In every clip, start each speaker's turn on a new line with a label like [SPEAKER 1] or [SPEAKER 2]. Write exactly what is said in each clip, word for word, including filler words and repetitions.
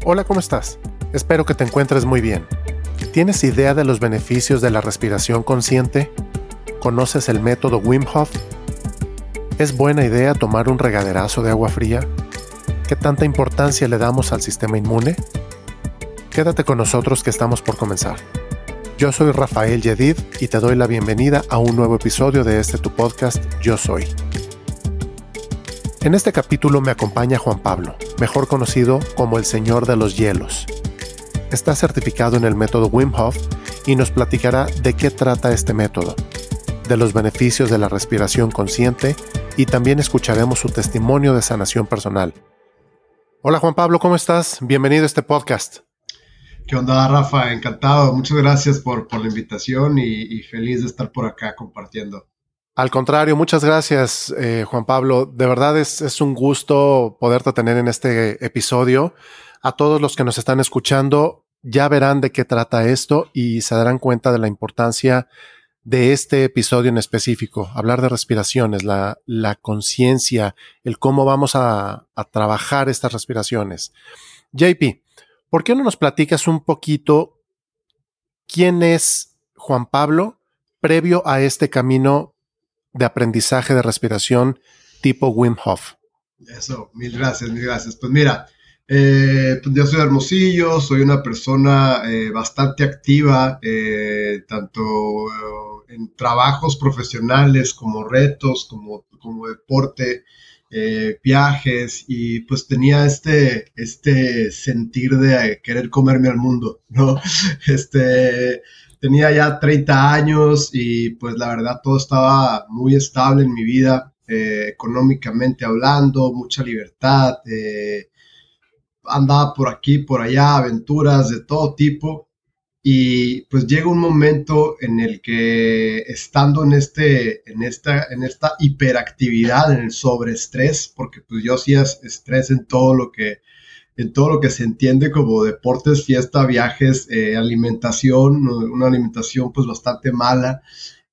[SPEAKER 1] Hola, ¿cómo estás? Espero que te encuentres muy bien. ¿Tienes idea de los beneficios de la respiración consciente? ¿Conoces el método Wim Hof? ¿Es buena idea tomar un regaderazo de agua fría? ¿Qué tanta importancia le damos al sistema inmune? Quédate con nosotros que estamos por comenzar. Yo soy Rafael Yedid y te doy la bienvenida a un nuevo episodio de este tu podcast Yo Soy. En este capítulo me acompaña Juan Pablo, mejor conocido como el Señor de los Hielos. Está certificado en el método Wim Hof y nos platicará de qué trata este método, de los beneficios de la respiración consciente y también escucharemos su testimonio de sanación personal. Hola Juan Pablo, ¿cómo estás? Bienvenido a este podcast.
[SPEAKER 2] ¿Qué onda, Rafa? Encantado. Muchas gracias por, por la invitación y, y feliz de estar por acá compartiendo.
[SPEAKER 1] Al contrario, muchas gracias, eh, Juan Pablo. De verdad es, es un gusto poderte tener en este episodio. A todos los que nos están escuchando ya verán de qué trata esto y se darán cuenta de la importancia de este episodio en específico. Hablar de respiraciones, la, la conciencia, el cómo vamos a, a trabajar estas respiraciones. J P, ¿por qué no nos platicas un poquito quién es Juan Pablo previo a este camino de aprendizaje de respiración tipo Wim Hof?
[SPEAKER 2] Eso, mil gracias, mil gracias. Pues mira, eh, pues yo soy de Hermosillo, soy una persona eh, bastante activa, eh, tanto eh, en trabajos profesionales como retos, como, como deporte, eh, viajes, y pues tenía este, este sentir de querer comerme al mundo, ¿no? Este... Tenía ya treinta años y pues la verdad todo estaba muy estable en mi vida, eh, económicamente hablando, mucha libertad, eh, andaba por aquí, por allá, aventuras de todo tipo, y pues llega un momento en el que estando en, este, en, esta, en esta hiperactividad, en el sobreestrés, porque pues yo hacía estrés en todo lo que en todo lo que se entiende como deportes, fiesta, viajes, eh, alimentación, una alimentación pues bastante mala,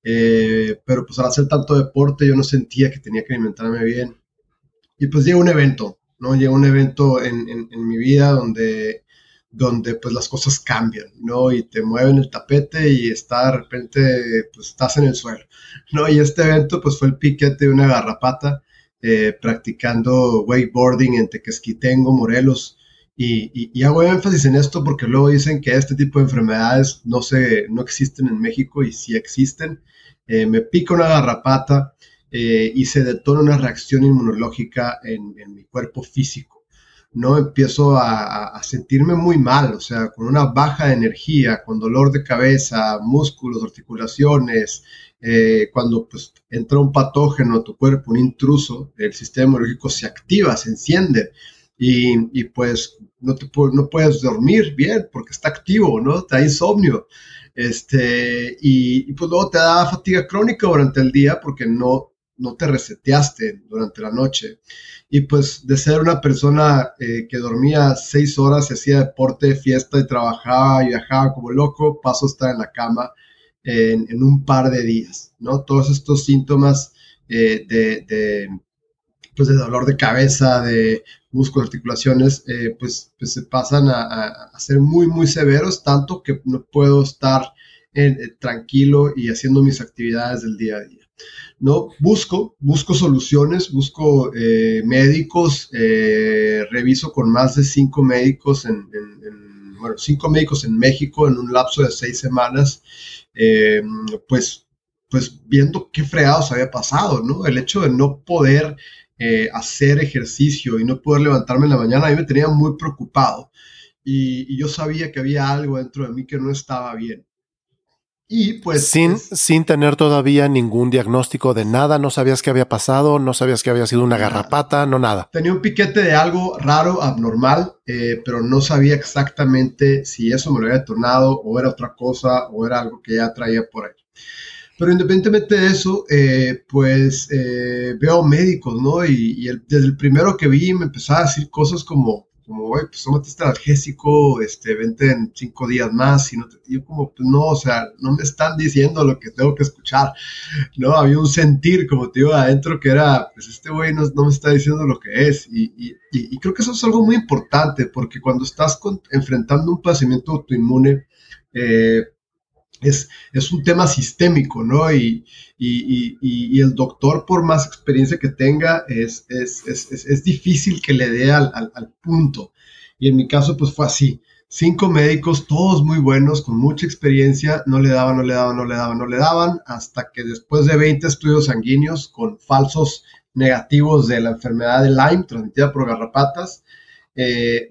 [SPEAKER 2] eh, pero pues al hacer tanto deporte yo no sentía que tenía que alimentarme bien. Y pues llega un evento, ¿no? Llega un evento en, en, en mi vida donde, donde pues las cosas cambian, ¿no? Y te mueven el tapete y está de repente, pues estás en el suelo, ¿no? Y este evento pues fue el piquete de una garrapata, Eh, practicando wakeboarding en Tequesquitengo, Morelos, y, y, y hago énfasis en esto porque luego dicen que este tipo de enfermedades no, se, no existen en México, y sí existen. Eh, me pica una garrapata eh, y se detona una reacción inmunológica en, en mi cuerpo físico, ¿no? Empiezo a, a sentirme muy mal, o sea, con una baja energía, con dolor de cabeza, músculos, articulaciones. Eh, cuando pues entra un patógeno a tu cuerpo, un intruso, el sistema inmunológico se activa, se enciende y, y pues no, te, no puedes dormir bien porque está activo, ¿no? Te da insomnio, este, y, y pues luego te da fatiga crónica durante el día porque no, no te reseteaste durante la noche. Y pues de ser una persona eh, que dormía seis horas, hacía deporte, fiesta y trabajaba y viajaba como loco, paso a estar en la cama En, en un par de días, ¿no? Todos estos síntomas eh, de, de, pues de dolor de cabeza, de músculos, articulaciones, eh, pues, pues se pasan a, a, a ser muy, muy severos, tanto que no puedo estar en, eh, tranquilo y haciendo mis actividades del día a día, ¿no? Busco, busco soluciones, busco eh, médicos, eh, reviso con más de cinco médicos, en, en, en, bueno, cinco médicos en México en un lapso de seis semanas, Eh, pues, pues viendo qué fregados había pasado, ¿no? El hecho de no poder eh, hacer ejercicio y no poder levantarme en la mañana a mí me tenía muy preocupado, y, y yo sabía que había algo dentro de mí que no estaba bien. Y pues
[SPEAKER 1] Sin,
[SPEAKER 2] es,
[SPEAKER 1] sin tener todavía ningún diagnóstico de nada, no sabías qué había pasado, no sabías que había sido una garrapata, no nada.
[SPEAKER 2] Tenía un piquete de algo raro, abnormal, eh, pero no sabía exactamente si eso me lo había detonado o era otra cosa o era algo que ya traía por ahí. Pero independientemente de eso, eh, pues eh, veo médicos, ¿no? Y, y el, desde el primero que vi me empezaba a decir cosas como, como, oye, pues tómate este analgésico, este, vente en cinco días más, y no te, y yo como, pues no, o sea, no me están diciendo lo que tengo que escuchar, ¿no? Había un sentir, como te digo, adentro que era, pues este güey no, no me está diciendo lo que es, y, y, y, y creo que eso es algo muy importante, porque cuando estás con, enfrentando un padecimiento autoinmune, eh, es, es un tema sistémico, ¿no? Y, y, y, y el doctor, por más experiencia que tenga, es, es, es, es, es difícil que le dé al, al, al punto. Y en mi caso, pues fue así. Cinco médicos, todos muy buenos, con mucha experiencia, no le daban, no le daban, no le daban, no le daban, hasta que después de veinte estudios sanguíneos con falsos negativos de la enfermedad de Lyme, transmitida por garrapatas, eh,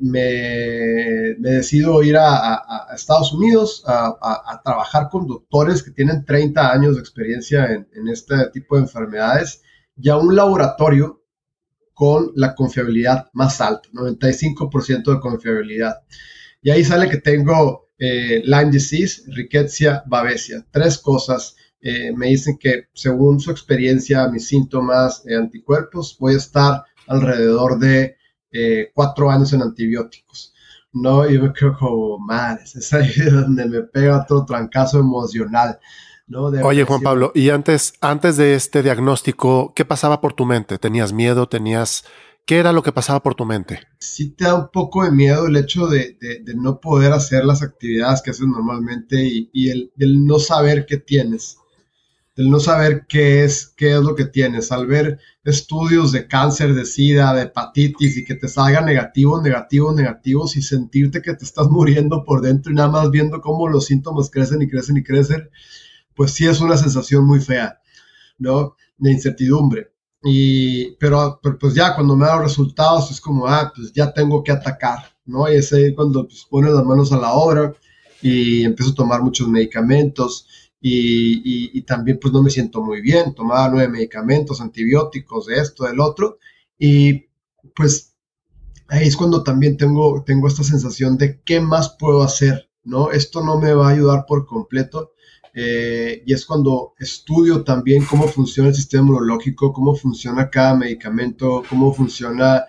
[SPEAKER 2] me, me decido ir a, a, a Estados Unidos a, a, a trabajar con doctores que tienen treinta años de experiencia en, en este tipo de enfermedades y a un laboratorio con la confiabilidad más alta, noventa y cinco por ciento de confiabilidad. Y ahí sale que tengo eh, Lyme disease, Rickettsia, Babesia, tres cosas. Eh, me dicen que según su experiencia, mis síntomas, eh, anticuerpos, voy a estar alrededor de eh, cuatro años en antibióticos, ¿no? Y yo me quedo como, madre, es ahí donde me pega otro trancazo emocional, ¿no? De
[SPEAKER 1] Oye, Juan Pablo, y antes, antes de este diagnóstico, ¿qué pasaba por tu mente? ¿Tenías miedo? ¿Tenías... ¿Qué era lo que pasaba por tu mente?
[SPEAKER 2] Sí te da un poco de miedo el hecho de, de, de no poder hacer las actividades que haces normalmente y, y el, el no saber qué tienes. El no saber qué es, qué es lo que tienes, al ver estudios de cáncer, de sida, de hepatitis y que te salgan negativos, negativos, negativos y sentirte que te estás muriendo por dentro y nada más viendo cómo los síntomas crecen y crecen y crecen, pues sí es una sensación muy fea, ¿no? De incertidumbre. Y, pero, pero pues ya cuando me da los resultados es como, ah, pues ya tengo que atacar, ¿no? Y es ahí cuando pues, pones las manos a la obra y empiezo a tomar muchos medicamentos. Y, y, y también pues no me siento muy bien, tomaba nueve medicamentos, antibióticos, de esto, del otro, y pues ahí es cuando también tengo, tengo esta sensación de qué más puedo hacer, ¿no? Esto no me va a ayudar por completo, eh, y es cuando estudio también cómo funciona el sistema inmunológico, cómo funciona cada medicamento, cómo funciona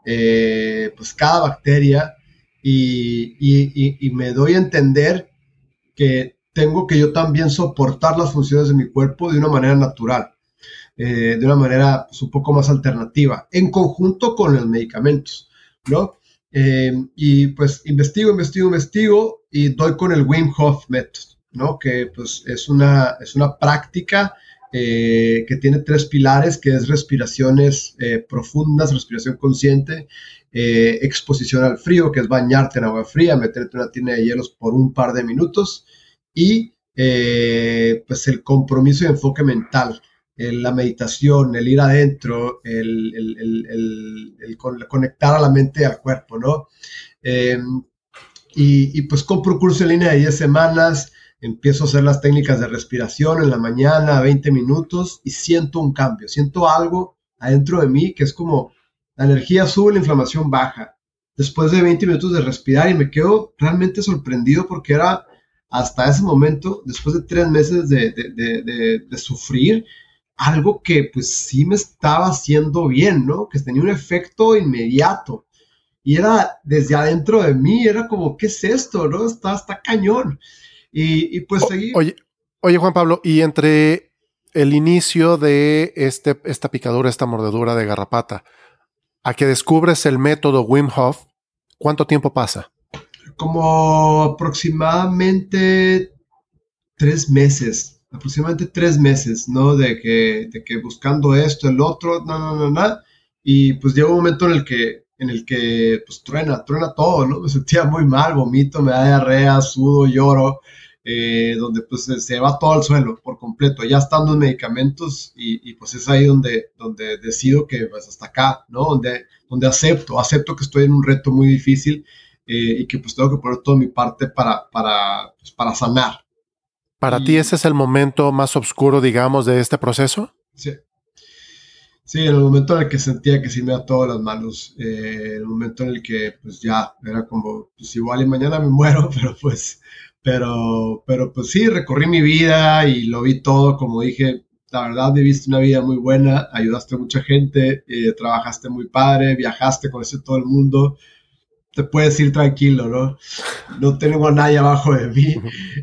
[SPEAKER 2] eh, pues cada bacteria, y, y, y, y me doy a entender que tengo que yo también soportar las funciones de mi cuerpo de una manera natural, eh, de una manera pues, un poco más alternativa, en conjunto con los medicamentos, ¿no? Eh, y pues investigo, investigo, investigo y doy con el Wim Hof Method, ¿no? Que pues es una, es una práctica eh, que tiene tres pilares, que es respiraciones eh, profundas, respiración consciente, eh, exposición al frío, que es bañarte en agua fría, meterte en una tina de hielos por un par de minutos, y eh, pues el compromiso y enfoque mental, el, la meditación, el ir adentro, el, el, el, el, el conectar a la mente y al cuerpo, ¿no? Eh, y, y pues compro un curso en línea de diez semanas, empiezo a hacer las técnicas de respiración en la mañana, veinte minutos, y siento un cambio, siento algo adentro de mí que es como la energía sube, la inflamación baja. Después de veinte minutos de respirar y me quedo realmente sorprendido porque era hasta ese momento, después de tres meses de, de, de, de, de sufrir, algo que pues sí me estaba haciendo bien, ¿no? Que tenía un efecto inmediato. Y era desde adentro de mí, era como, ¿qué es esto, no? Está, está cañón. Y, y pues seguí.
[SPEAKER 1] Oye, oye, Juan Pablo, y entre el inicio de este, esta picadura, esta mordedura de garrapata, a que descubres el método Wim Hof, ¿cuánto tiempo pasa?
[SPEAKER 2] Como aproximadamente tres meses, aproximadamente tres meses, ¿no? De que, de que buscando esto, el otro, no, no, no, no. Y pues llega un momento en el que, en el que pues truena, truena todo, ¿no? Me sentía muy mal, vomito, me da diarrea, sudo, lloro, eh, donde pues se, se va todo al suelo por completo, ya estando en medicamentos y, y pues es ahí donde, donde decido que pues hasta acá, ¿no? Donde, donde acepto, acepto que estoy en un reto muy difícil. Eh, y que pues tengo que poner toda mi parte para, para, pues, para sanar.
[SPEAKER 1] ¿Para
[SPEAKER 2] y,
[SPEAKER 1] ti ese es el momento más oscuro, digamos, de este proceso?
[SPEAKER 2] Sí, sí, en el momento en el que sentía que sí me da todas las manos, eh, el momento en el que pues ya era como, pues igual y mañana me muero, pero pues, pero, pero pues sí, recorrí mi vida y lo vi todo, como dije, la verdad viviste una vida muy buena, ayudaste a mucha gente, eh, trabajaste muy padre, viajaste, conociste todo el mundo. te puedes ir tranquilo, ¿no? No tengo a nadie abajo de mí.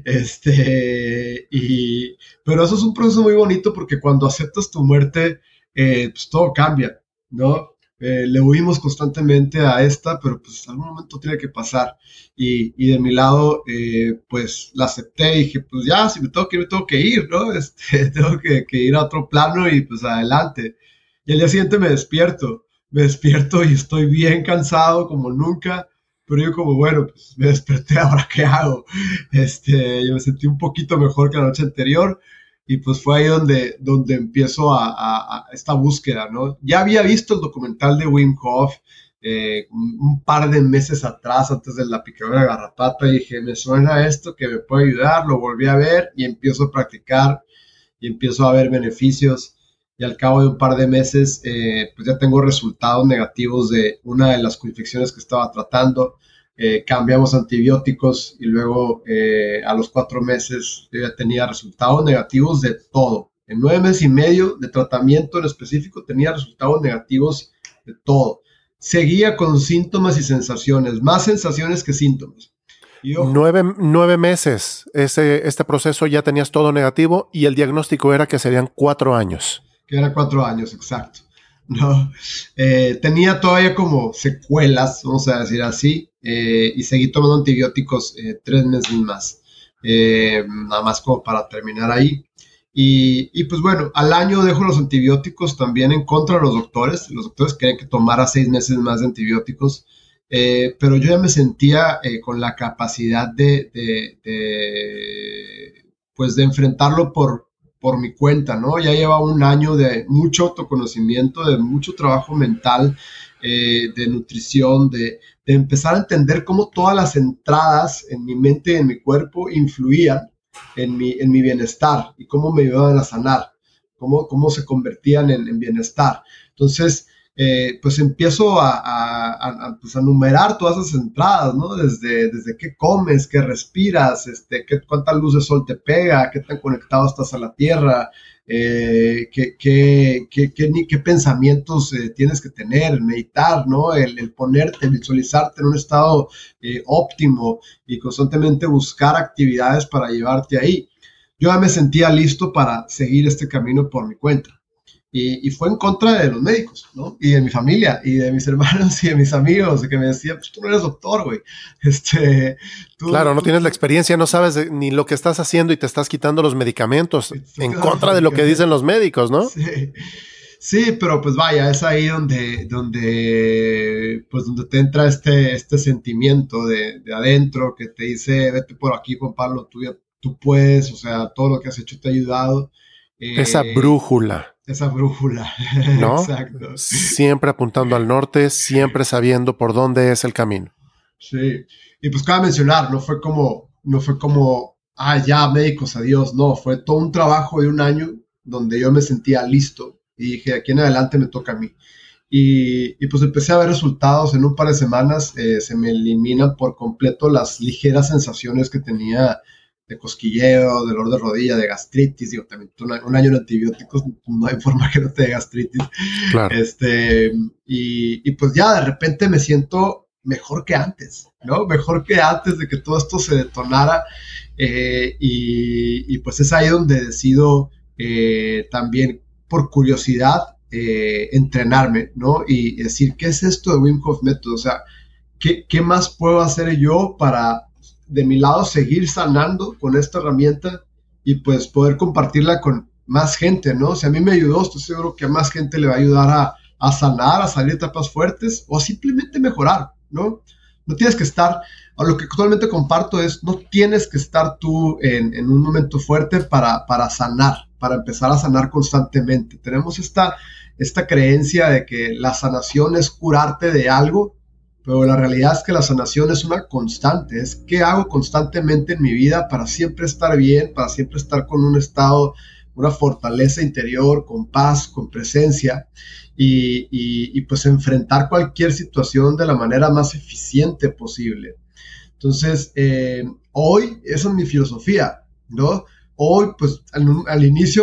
[SPEAKER 2] Este, y, pero eso es un proceso muy bonito porque cuando aceptas tu muerte, eh, pues todo cambia, ¿no? Eh, le huimos constantemente a esta, pero pues algún momento tiene que pasar. Y, y de mi lado, eh, pues la acepté y dije, pues ya, si me tengo que ir, me tengo que ir, ¿no? Este, tengo que, que ir a otro plano y pues adelante. Y al día siguiente me despierto, me despierto y estoy bien cansado como nunca, pero yo como, bueno, pues me desperté, ¿ahora qué hago? Este, yo me sentí un poquito mejor que la noche anterior y pues fue ahí donde, donde empiezo a, a, a esta búsqueda, ¿no? Ya había visto el documental de Wim Hof eh, un, un par de meses atrás, antes de la picadura de garrapata, y dije, me suena esto que me puede ayudar, lo volví a ver y empiezo a practicar y empiezo a ver beneficios. Y al cabo de un par de meses, eh, pues ya tengo resultados negativos de una de las infecciones que estaba tratando. Eh, cambiamos antibióticos y luego eh, a los cuatro meses yo ya tenía resultados negativos de todo. En nueve meses y medio de tratamiento en específico tenía resultados negativos de todo. Seguía con síntomas y sensaciones, más sensaciones que síntomas.
[SPEAKER 1] Y nueve, nueve meses, ese, este proceso ya tenías todo negativo y el diagnóstico era que serían cuatro años.
[SPEAKER 2] Que era cuatro años, exacto. ¿No? Eh, tenía todavía como secuelas, vamos a decir así, eh, y seguí tomando antibióticos eh, tres meses más, eh, nada más como para terminar ahí. Y, y pues bueno, al año dejo los antibióticos también en contra de los doctores. Los doctores querían que tomara seis meses más de antibióticos, eh, pero yo ya me sentía eh, con la capacidad de, de, de, pues de enfrentarlo por por mi cuenta, ¿no? Ya lleva un año de mucho autoconocimiento, de mucho trabajo mental, eh, de nutrición, de, de empezar a entender cómo todas las entradas en mi mente y en mi cuerpo influían en mi, en mi bienestar y cómo me ayudaban a sanar, cómo, cómo se convertían en, en bienestar. Entonces, eh, pues empiezo a, a, a, pues a numerar todas esas entradas, ¿no? Desde, desde qué comes, qué respiras, este, qué, cuánta luz de sol te pega, qué tan conectado estás a la tierra, eh, qué, qué, qué, qué, qué pensamientos eh, tienes que tener, meditar, ¿no? El, el ponerte, visualizarte en un estado eh, óptimo y constantemente buscar actividades para llevarte ahí. Yo ya me sentía listo para seguir este camino por mi cuenta. Y, y fue en contra de los médicos, ¿no? Y de mi familia, y de mis hermanos, y de mis amigos, que me decían, pues tú no eres doctor, güey. Este,
[SPEAKER 1] tú, claro, no tú, tienes la experiencia, no sabes de, ni lo que estás haciendo y te estás quitando los medicamentos en contra de lo que dicen los médicos, ¿no?
[SPEAKER 2] Sí. Sí, pero pues vaya, es ahí donde, donde, pues donde te entra este, este sentimiento de, de adentro que te dice, vete por aquí, Juan Pablo, tú, ya, tú puedes, o sea, todo lo que has hecho te ha ayudado.
[SPEAKER 1] Eh, esa brújula.
[SPEAKER 2] Esa brújula,
[SPEAKER 1] ¿no?
[SPEAKER 2] Exacto.
[SPEAKER 1] Siempre apuntando al norte, siempre sabiendo por dónde es el camino.
[SPEAKER 2] Sí, y pues cabe mencionar, no fue como, no fue como, ah, ya, médicos, adiós, no, fue todo un trabajo de un año donde yo me sentía listo y dije, aquí en adelante me toca a mí. Y, y pues empecé a ver resultados en un par de semanas, eh, se me eliminan por completo las ligeras sensaciones que tenía de cosquilleo, dolor de rodilla, de gastritis. Digo, también un, un año de antibióticos, no hay forma que no te dé gastritis.
[SPEAKER 1] Claro.
[SPEAKER 2] Este, y, y pues ya de repente me siento mejor que antes, ¿no? Mejor que antes de que todo esto se detonara. Eh, y, y pues es ahí donde decido eh, también, por curiosidad, eh, entrenarme, ¿no? Y decir, ¿qué es esto de Wim Hof Method? O sea, ¿qué, qué más puedo hacer yo para, de mi lado, seguir sanando con esta herramienta y pues poder compartirla con más gente, ¿no? Si a mí me ayudó, estoy seguro que a más gente le va a ayudar a, a sanar, a salir de etapas fuertes o a simplemente mejorar, ¿no? No tienes que estar, a lo que actualmente comparto es, no tienes que estar tú en, en un momento fuerte para, para sanar, para empezar a sanar constantemente. Tenemos esta, esta creencia de que la sanación es curarte de algo, pero la realidad es que la sanación es una constante, es qué hago constantemente en mi vida para siempre estar bien, para siempre estar con un estado, una fortaleza interior, con paz, con presencia y, y, y pues enfrentar cualquier situación de la manera más eficiente posible. Entonces, eh, hoy esa es mi filosofía, ¿no? Hoy, pues al, al inicio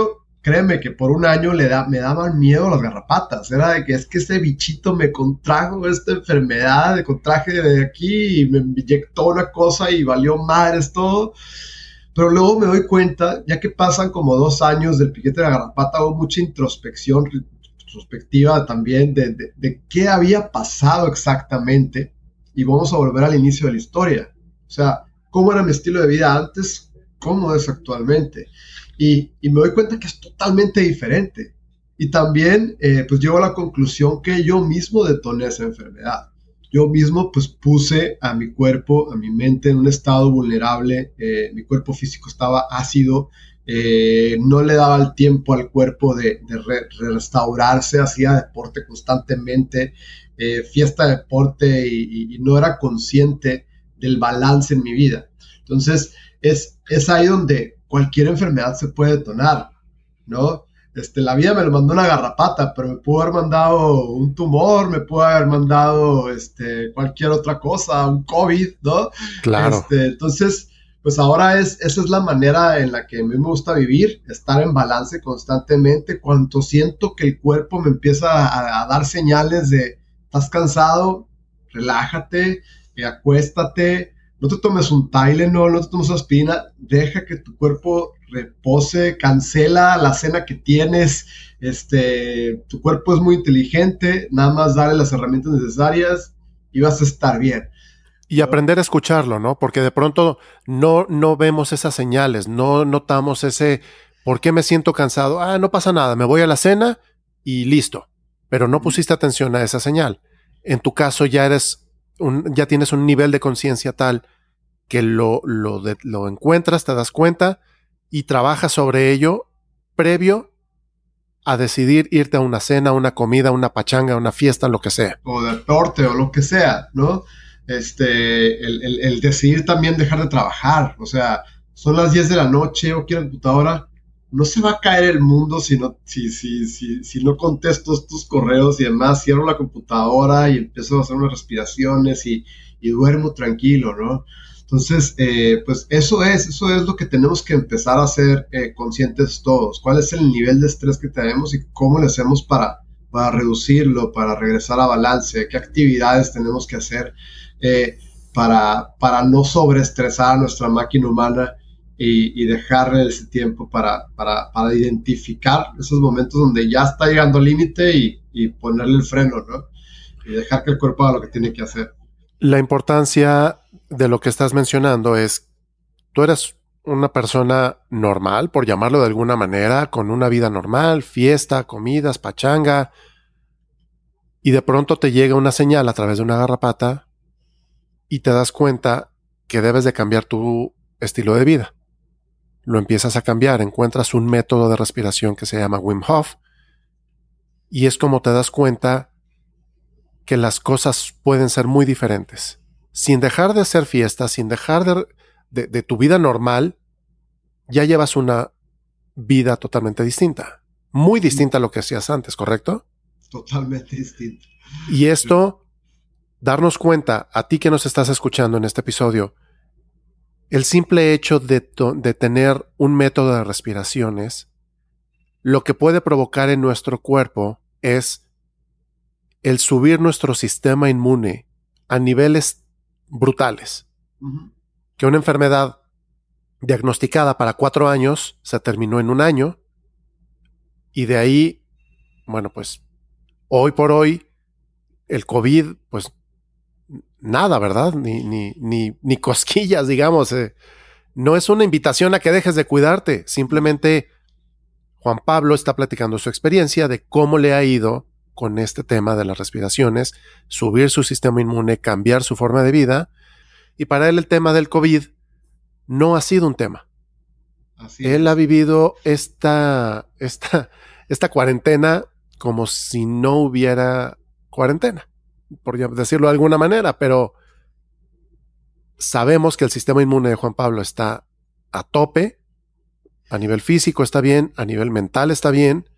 [SPEAKER 2] créeme que por un año le da, me daban miedo las garrapatas. Era de que es que ese bichito me contrajo esta enfermedad, me contraje de aquí y me inyectó una cosa y valió madres todo. Pero luego me doy cuenta, ya que pasan como dos años del piquete de la garrapata, hubo mucha introspección, retrospectiva también de, de, de qué había pasado exactamente. Y vamos a volver al inicio de la historia. O sea, cómo era mi estilo de vida antes, cómo es actualmente. Y, y me doy cuenta que es totalmente diferente. Y también, eh, pues llego a la conclusión que yo mismo detoné esa enfermedad. Yo mismo, pues puse a mi cuerpo, a mi mente en un estado vulnerable. Eh, mi cuerpo físico estaba ácido. Eh, no le daba el tiempo al cuerpo de, de re, restaurarse. Hacía deporte constantemente, eh, fiesta, deporte, y, y, y no era consciente del balance en mi vida. Entonces, es, es ahí donde cualquier enfermedad se puede detonar, ¿no? Este, la vida me lo mandó una garrapata, pero me pudo haber mandado un tumor, me pudo haber mandado este, cualquier otra cosa, un COVID, ¿no?
[SPEAKER 1] Claro.
[SPEAKER 2] Este, entonces, pues ahora es, esa es la manera en la que a mí me gusta vivir, estar en balance constantemente. Cuando siento que el cuerpo me empieza a, a dar señales de, estás cansado, relájate, eh, acuéstate, no te tomes un Tylenol, no te tomes aspirina, deja que tu cuerpo repose, cancela la cena que tienes, este, tu cuerpo es muy inteligente, nada más dale las herramientas necesarias y vas a estar bien.
[SPEAKER 1] Y aprender a escucharlo, ¿no? Porque de pronto no, no vemos esas señales, no notamos ese, ¿por qué me siento cansado? Ah, no pasa nada, me voy a la cena y listo. Pero no pusiste atención a esa señal. En tu caso ya eres un, ya tienes un nivel de conciencia tal que lo, lo, de, lo encuentras, te das cuenta y trabajas sobre ello previo a decidir irte a una cena, una comida, una pachanga, una fiesta, lo que sea.
[SPEAKER 2] O deporte o lo que sea, ¿no? Este, el, el, el decidir también dejar de trabajar. O sea, son las diez de la noche, o quiero computadora, no se va a caer el mundo si no, si, si, si, si no contesto estos correos y demás. Cierro la computadora y empiezo a hacer unas respiraciones y, y duermo tranquilo, ¿no? Entonces, eh, pues eso es, eso es lo que tenemos que empezar a ser eh, conscientes todos. ¿Cuál es el nivel de estrés que tenemos y cómo le hacemos para, para reducirlo, para regresar a balance? ¿Qué actividades tenemos que hacer eh, para, para no sobreestresar a nuestra máquina humana y, y dejarle ese tiempo para, para, para identificar esos momentos donde ya está llegando al límite y, y ponerle el freno, ¿no? Y dejar que el cuerpo haga lo que tiene que hacer.
[SPEAKER 1] La importancia de lo que estás mencionando es, tú eres una persona normal, por llamarlo de alguna manera, con una vida normal, fiesta, comidas, pachanga, y de pronto te llega una señal a través de una garrapata y te das cuenta que debes de cambiar tu estilo de vida. Lo empiezas a cambiar, encuentras un método de respiración que se llama Wim Hof, y es como te das cuenta que las cosas pueden ser muy diferentes. Sin dejar de hacer fiestas, sin dejar de, de, de tu vida normal, ya llevas una vida totalmente distinta. Muy distinta a lo que hacías antes, ¿correcto?
[SPEAKER 2] Totalmente distinto.
[SPEAKER 1] Y esto, darnos cuenta, a ti que nos estás escuchando en este episodio, el simple hecho de, to- de tener un método de respiraciones, lo que puede provocar en nuestro cuerpo es el subir nuestro sistema inmune a niveles brutales.
[SPEAKER 2] Uh-huh.
[SPEAKER 1] Que una enfermedad diagnosticada para cuatro años se terminó en un año y de ahí, bueno, pues hoy por hoy el COVID, pues nada, ¿verdad? Ni, ni, ni, ni cosquillas, digamos. Eh. No es una invitación a que dejes de cuidarte. Simplemente Juan Pablo está platicando su experiencia de cómo le ha ido con este tema de las respiraciones, subir su sistema inmune, cambiar su forma de vida. Y para él el tema del COVID no ha sido un tema.
[SPEAKER 2] Así
[SPEAKER 1] él
[SPEAKER 2] es.
[SPEAKER 1] ha vivido esta, esta, esta cuarentena como si no hubiera cuarentena, por decirlo de alguna manera, pero sabemos que el sistema inmune de Juan Pablo está a tope, a nivel físico está bien, a nivel mental está bien,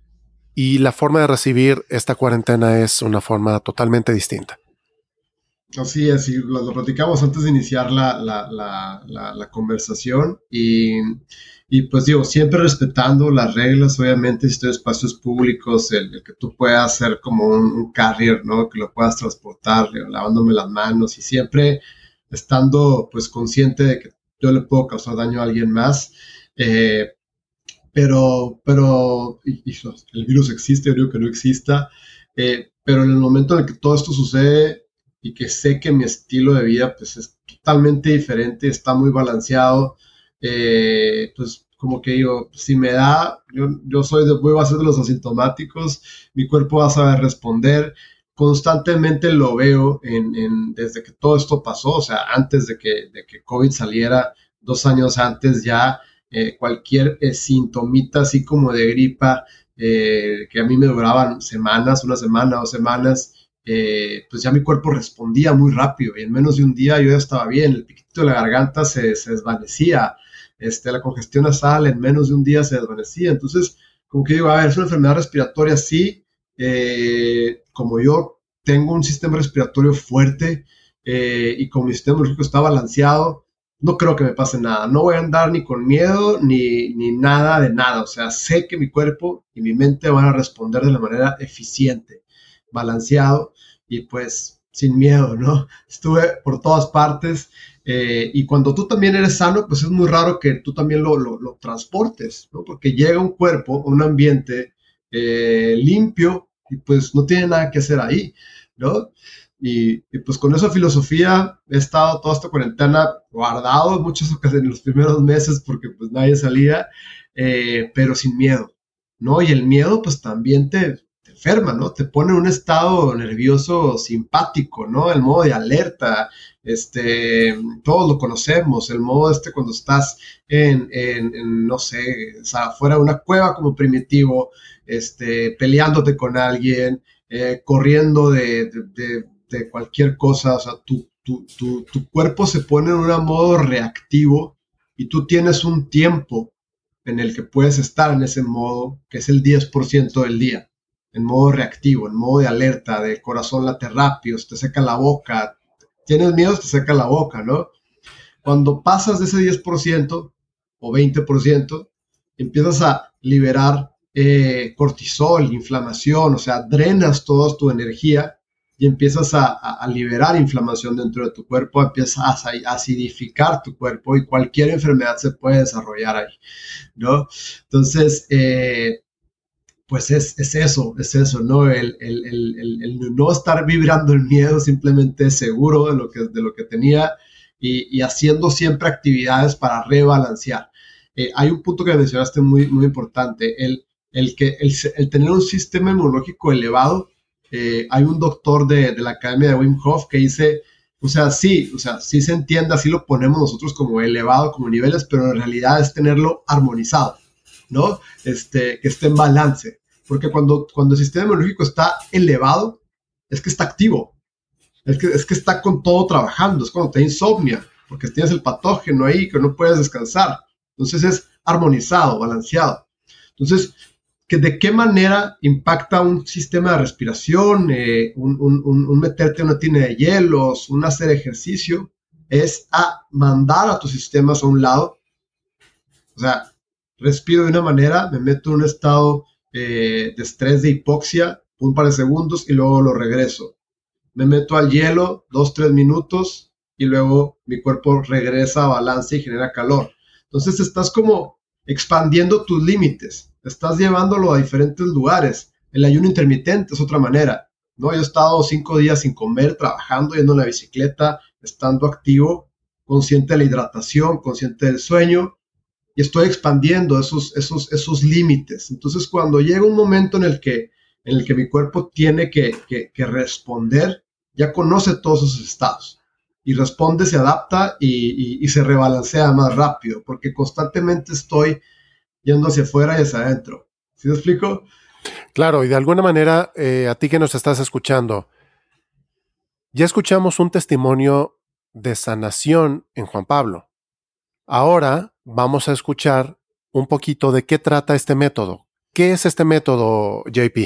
[SPEAKER 1] y la forma de recibir esta cuarentena es una forma totalmente distinta.
[SPEAKER 2] Así es, y lo, lo platicamos antes de iniciar la, la, la, la, la conversación y, y pues digo, siempre respetando las reglas, obviamente, si estoy en espacios públicos, el, el que tú puedas ser como un, un carrier, ¿no? Que lo puedas transportar, digo, lavándome las manos y siempre estando pues consciente de que yo le puedo causar daño a alguien más. Eh, pero, pero, y, y el virus existe, yo digo que no exista, eh, pero en el momento en el que todo esto sucede y que sé que mi estilo de vida pues es totalmente diferente, está muy balanceado, eh, pues como que digo, si me da, yo, yo soy de, voy a ser de los asintomáticos, mi cuerpo va a saber responder, constantemente lo veo en, en, desde que todo esto pasó, o sea, antes de que, de que COVID saliera, dos años antes ya, eh, cualquier eh, sintomita así como de gripa, eh, que a mí me duraban semanas, una semana, dos semanas, eh, pues ya mi cuerpo respondía muy rápido y en menos de un día yo ya estaba bien, el piquito de la garganta se, se desvanecía, este, la congestión nasal en menos de un día se desvanecía, entonces como que digo, a ver, es una enfermedad respiratoria, sí, eh, como yo tengo un sistema respiratorio fuerte eh, y como mi sistema biológico está balanceado, no creo que me pase nada. No voy a andar ni con miedo ni, ni nada de nada. O sea, sé que mi cuerpo y mi mente van a responder de la manera eficiente, balanceado y pues sin miedo, ¿no? Estuve por todas partes eh, y cuando tú también eres sano, pues es muy raro que tú también lo, lo, lo transportes, ¿no? Porque llega un cuerpo, un ambiente eh, limpio y pues no tiene nada que hacer ahí, ¿no? Y, y, pues con esa filosofía he estado toda esta cuarentena guardado en muchas ocasiones en los primeros meses porque pues nadie salía, eh, pero sin miedo, ¿no? Y el miedo pues también te, te enferma, ¿no? Te pone en un estado nervioso simpático, ¿no? El modo de alerta, este, todos lo conocemos, el modo este cuando estás en, en, en no sé, o sea, fuera de una cueva como primitivo, este, peleándote con alguien, eh, corriendo de, de, de de cualquier cosa, o sea, tu, tu, tu, tu cuerpo se pone en un modo reactivo y tú tienes un tiempo en el que puedes estar en ese modo, que es el diez por ciento del día, en modo reactivo, en modo de alerta, de corazón late rápido, te seca la boca, tienes miedo, te seca la boca, ¿no? Cuando pasas de ese diez por ciento o veinte por ciento, empiezas a liberar eh, cortisol, inflamación, o sea, drenas toda tu energía y empiezas a, a, a liberar inflamación dentro de tu cuerpo, empiezas a acidificar tu cuerpo y cualquier enfermedad se puede desarrollar ahí, ¿no? Entonces, eh, pues es, es, eso, es eso, ¿no? El, el, el, el, no estar vibrando el miedo, simplemente seguro de lo que, de lo que tenía y, y haciendo siempre actividades para rebalancear. Eh, hay un punto que mencionaste muy, muy importante, el, el, que, el, el tener un sistema inmunológico elevado. Eh, hay un doctor de, de la Academia de Wim Hof que dice, o sea, sí, o sea, sí se entiende, así lo ponemos nosotros como elevado, como niveles, pero en realidad es tenerlo armonizado, ¿no? Este, que esté en balance. Porque cuando, cuando el sistema inmunológico está elevado, es que está activo, es que, es que está con todo trabajando, es cuando te da insomnia, porque tienes el patógeno ahí que no puedes descansar. Entonces es armonizado, balanceado. Entonces, que de qué manera impacta un sistema de respiración, eh, un, un, un meterte en una tina de hielos, un hacer ejercicio, es a mandar a tus sistemas a un lado. O sea, respiro de una manera, me meto en un estado eh, de estrés, de hipoxia, un par de segundos y luego lo regreso. Me meto al hielo, dos, tres minutos y luego mi cuerpo regresa a balance y genera calor. Entonces estás como expandiendo tus límites, estás llevándolo a diferentes lugares. El ayuno intermitente es otra manera, ¿no? Yo he estado cinco días sin comer, trabajando, yendo en la bicicleta, estando activo, consciente de la hidratación, consciente del sueño, y estoy expandiendo esos, esos, esos límites. Entonces, cuando llega un momento en el que, en el que mi cuerpo tiene que, que, que responder, ya conoce todos esos estados y responde, se adapta y, y, y se rebalancea más rápido, porque constantemente estoy yendo hacia afuera y hacia adentro. ¿Sí me explico?
[SPEAKER 1] Claro, y de alguna manera, eh, a ti que nos estás escuchando, ya escuchamos un testimonio de sanación en Juan Pablo. Ahora vamos a escuchar un poquito de qué trata este método. ¿Qué es este método, J P?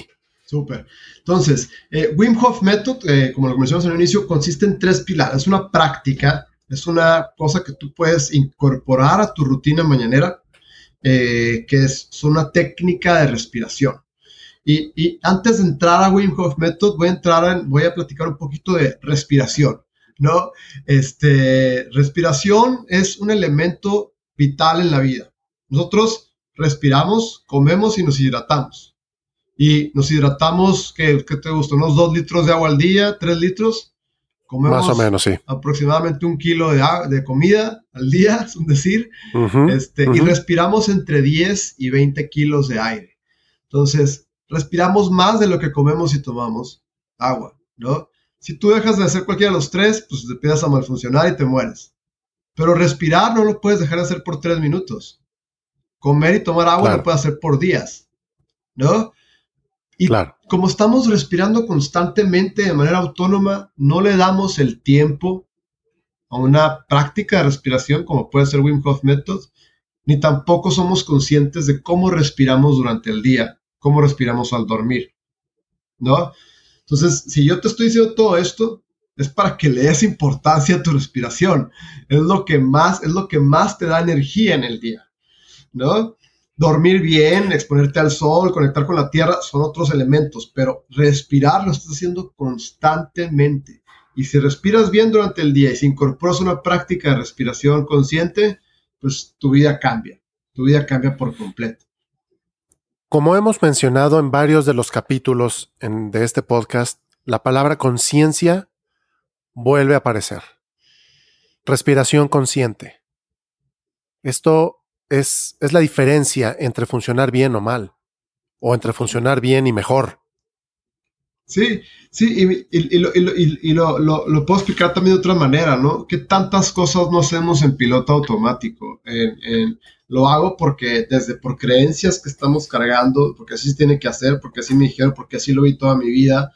[SPEAKER 2] Súper. Entonces, eh, Wim Hof Method, eh, como lo mencionamos al inicio, consiste en tres pilares. Es una práctica, es una cosa que tú puedes incorporar a tu rutina mañanera, eh, que es, es una técnica de respiración. Y, y antes de entrar a Wim Hof Method, voy a entrar en, voy a platicar un poquito de respiración, ¿no? Este, respiración es un elemento vital en la vida. Nosotros respiramos, comemos y nos hidratamos. Y nos hidratamos, ¿qué, qué te gusta? ¿Unos dos litros de agua al día? ¿Tres litros? Comemos
[SPEAKER 1] más o menos, sí.
[SPEAKER 2] Aproximadamente un kilo de, de comida al día, es un decir. Uh-huh, este, uh-huh. Y respiramos entre diez y veinte kilos de aire. Entonces, respiramos más de lo que comemos y tomamos agua, ¿no? Si tú dejas de hacer cualquiera de los tres, pues te empiezas a malfuncionar y te mueres. Pero respirar no lo puedes dejar de hacer por tres minutos. Comer y tomar agua claro. Lo puedes hacer por días, ¿no? Y claro. Como estamos respirando constantemente de manera autónoma, no le damos el tiempo a una práctica de respiración como puede ser Wim Hof Method, ni tampoco somos conscientes de cómo respiramos durante el día, cómo respiramos al dormir, ¿no? Entonces, si yo te estoy diciendo todo esto, es para que le des importancia a tu respiración. Es lo que más, es lo que más te da energía en el día, ¿no? Dormir bien, exponerte al sol, conectar con la tierra, son otros elementos, pero respirar lo estás haciendo constantemente. Y si respiras bien durante el día y si incorporas una práctica de respiración consciente, pues tu vida cambia. Tu vida cambia por completo.
[SPEAKER 1] Como hemos mencionado en varios de los capítulos en, de este podcast, la palabra conciencia vuelve a aparecer. Respiración consciente. Esto Es, es la diferencia entre funcionar bien o mal, o entre funcionar bien y mejor.
[SPEAKER 2] Sí, sí, y, y, y, lo, y, y lo, lo, lo puedo explicar también de otra manera, ¿no? Que tantas cosas no hacemos en piloto automático. En, en, lo hago porque desde por creencias que estamos cargando, porque así se tiene que hacer, porque así me dijeron, porque así lo vi toda mi vida.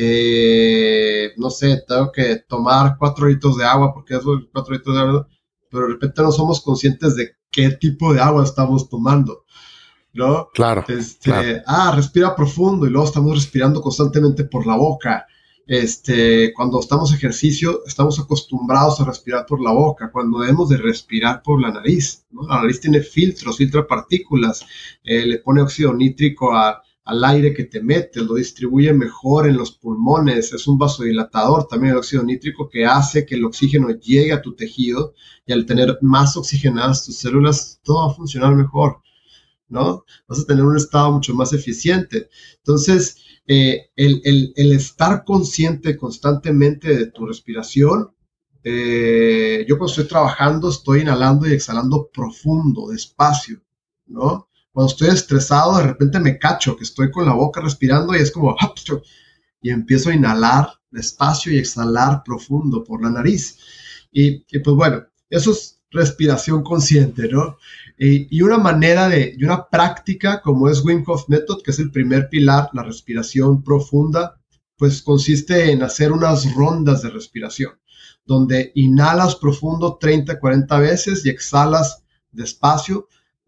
[SPEAKER 2] Eh, no sé, tengo que tomar cuatro litros de agua, porque eso cuatro litros de agua, pero de repente no somos conscientes de qué tipo de agua estamos tomando, ¿no?
[SPEAKER 1] Claro,
[SPEAKER 2] este,
[SPEAKER 1] claro.
[SPEAKER 2] Ah, respira profundo y luego estamos respirando constantemente por la boca. Este, cuando estamos ejercicio, estamos acostumbrados a respirar por la boca, cuando debemos de respirar por la nariz, ¿no? La nariz tiene filtros, filtra partículas, eh, le pone óxido nítrico a, al aire que te metes, lo distribuye mejor en los pulmones, es un vasodilatador también el óxido nítrico que hace que el oxígeno llegue a tu tejido y al tener más oxigenadas tus células, todo va a funcionar mejor, ¿no? Vas a tener un estado mucho más eficiente. Entonces, eh, el, el, el estar consciente constantemente de tu respiración, eh, yo cuando estoy trabajando estoy inhalando y exhalando profundo, despacio, ¿no? Cuando estoy estresado, de repente me cacho que estoy con la boca respirando y es como, y empiezo a inhalar despacio y exhalar profundo por la nariz. Y, y pues bueno, eso es respiración consciente, ¿no? Y, y una manera de, y una práctica como es Wim Hof Method, que es el primer pilar, la respiración profunda, pues consiste en hacer unas rondas de respiración, donde inhalas profundo treinta, cuarenta veces y exhalas despacio.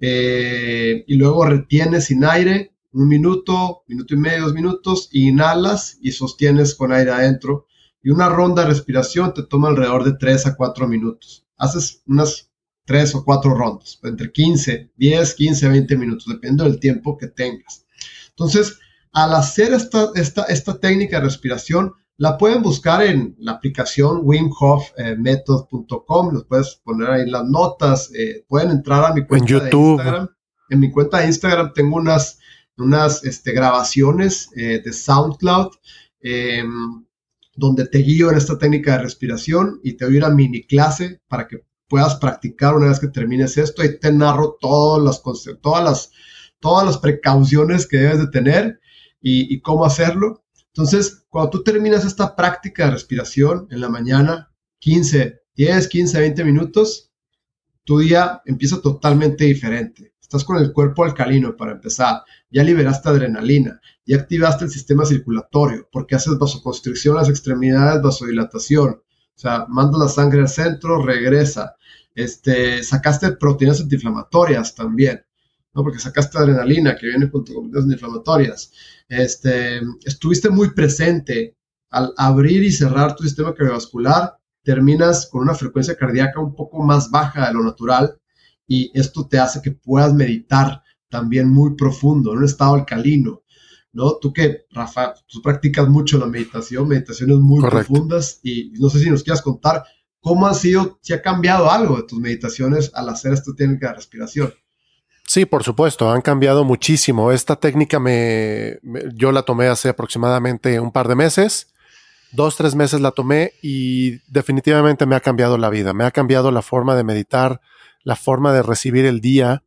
[SPEAKER 2] Eh, y luego retienes sin aire un minuto, minuto y medio, dos minutos, y inhalas y sostienes con aire adentro. Y una ronda de respiración te toma alrededor de tres a cuatro minutos. Haces unas tres o cuatro rondas, entre quince, diez, quince, veinte minutos, dependiendo del tiempo que tengas. Entonces, al hacer esta, esta, esta técnica de respiración, la pueden buscar en la aplicación wim hof method punto com, los puedes poner ahí en las notas, eh, pueden entrar a mi cuenta
[SPEAKER 1] en YouTube.
[SPEAKER 2] de Instagram. En mi cuenta de Instagram tengo unas, unas este, grabaciones eh, de SoundCloud eh, donde te guío en esta técnica de respiración y te doy una mini clase para que puedas practicar una vez que termines esto y te narro todas las, todas las, todas las precauciones que debes de tener y, y cómo hacerlo. Entonces, cuando tú terminas esta práctica de respiración en la mañana, quince, diez, quince, veinte minutos, tu día empieza totalmente diferente. Estás con el cuerpo alcalino para empezar. Ya liberaste adrenalina, ya activaste el sistema circulatorio, porque haces vasoconstricción a las extremidades, vasodilatación. O sea, mandas la sangre al centro, regresa. Este, sacaste proteínas antiinflamatorias también. ¿no? Porque sacaste adrenalina que viene con tus inflamatorias. Este, estuviste muy presente. Al abrir y cerrar tu sistema cardiovascular, terminas con una frecuencia cardíaca un poco más baja de lo natural, y esto te hace que puedas meditar también muy profundo, en un estado alcalino, ¿no? Tú que, Rafa, tú practicas mucho la meditación, meditaciones muy Correcto. profundas, y no sé si nos quieras contar cómo ha sido, si ha cambiado algo de tus meditaciones al hacer esta técnica de respiración.
[SPEAKER 1] Sí, por supuesto, han cambiado muchísimo. Esta técnica me, me yo la tomé hace aproximadamente un par de meses. Dos, tres meses la tomé y definitivamente me ha cambiado la vida. Me ha cambiado la forma de meditar, la forma de recibir el día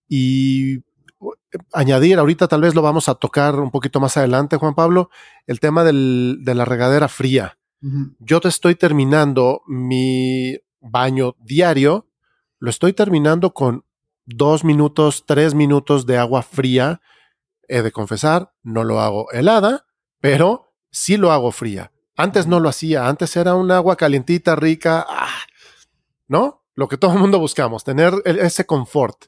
[SPEAKER 1] y añadir, ahorita tal vez lo vamos a tocar un poquito más adelante, Juan Pablo, el tema del, de la regadera fría. Uh-huh. Yo te estoy terminando mi baño diario, lo estoy terminando con dos minutos, tres minutos de agua fría. He de confesar, no lo hago helada, pero sí lo hago fría. Antes no lo hacía, antes era un agua calientita, rica, ah, ¿no? Lo que todo el mundo buscamos, tener ese confort.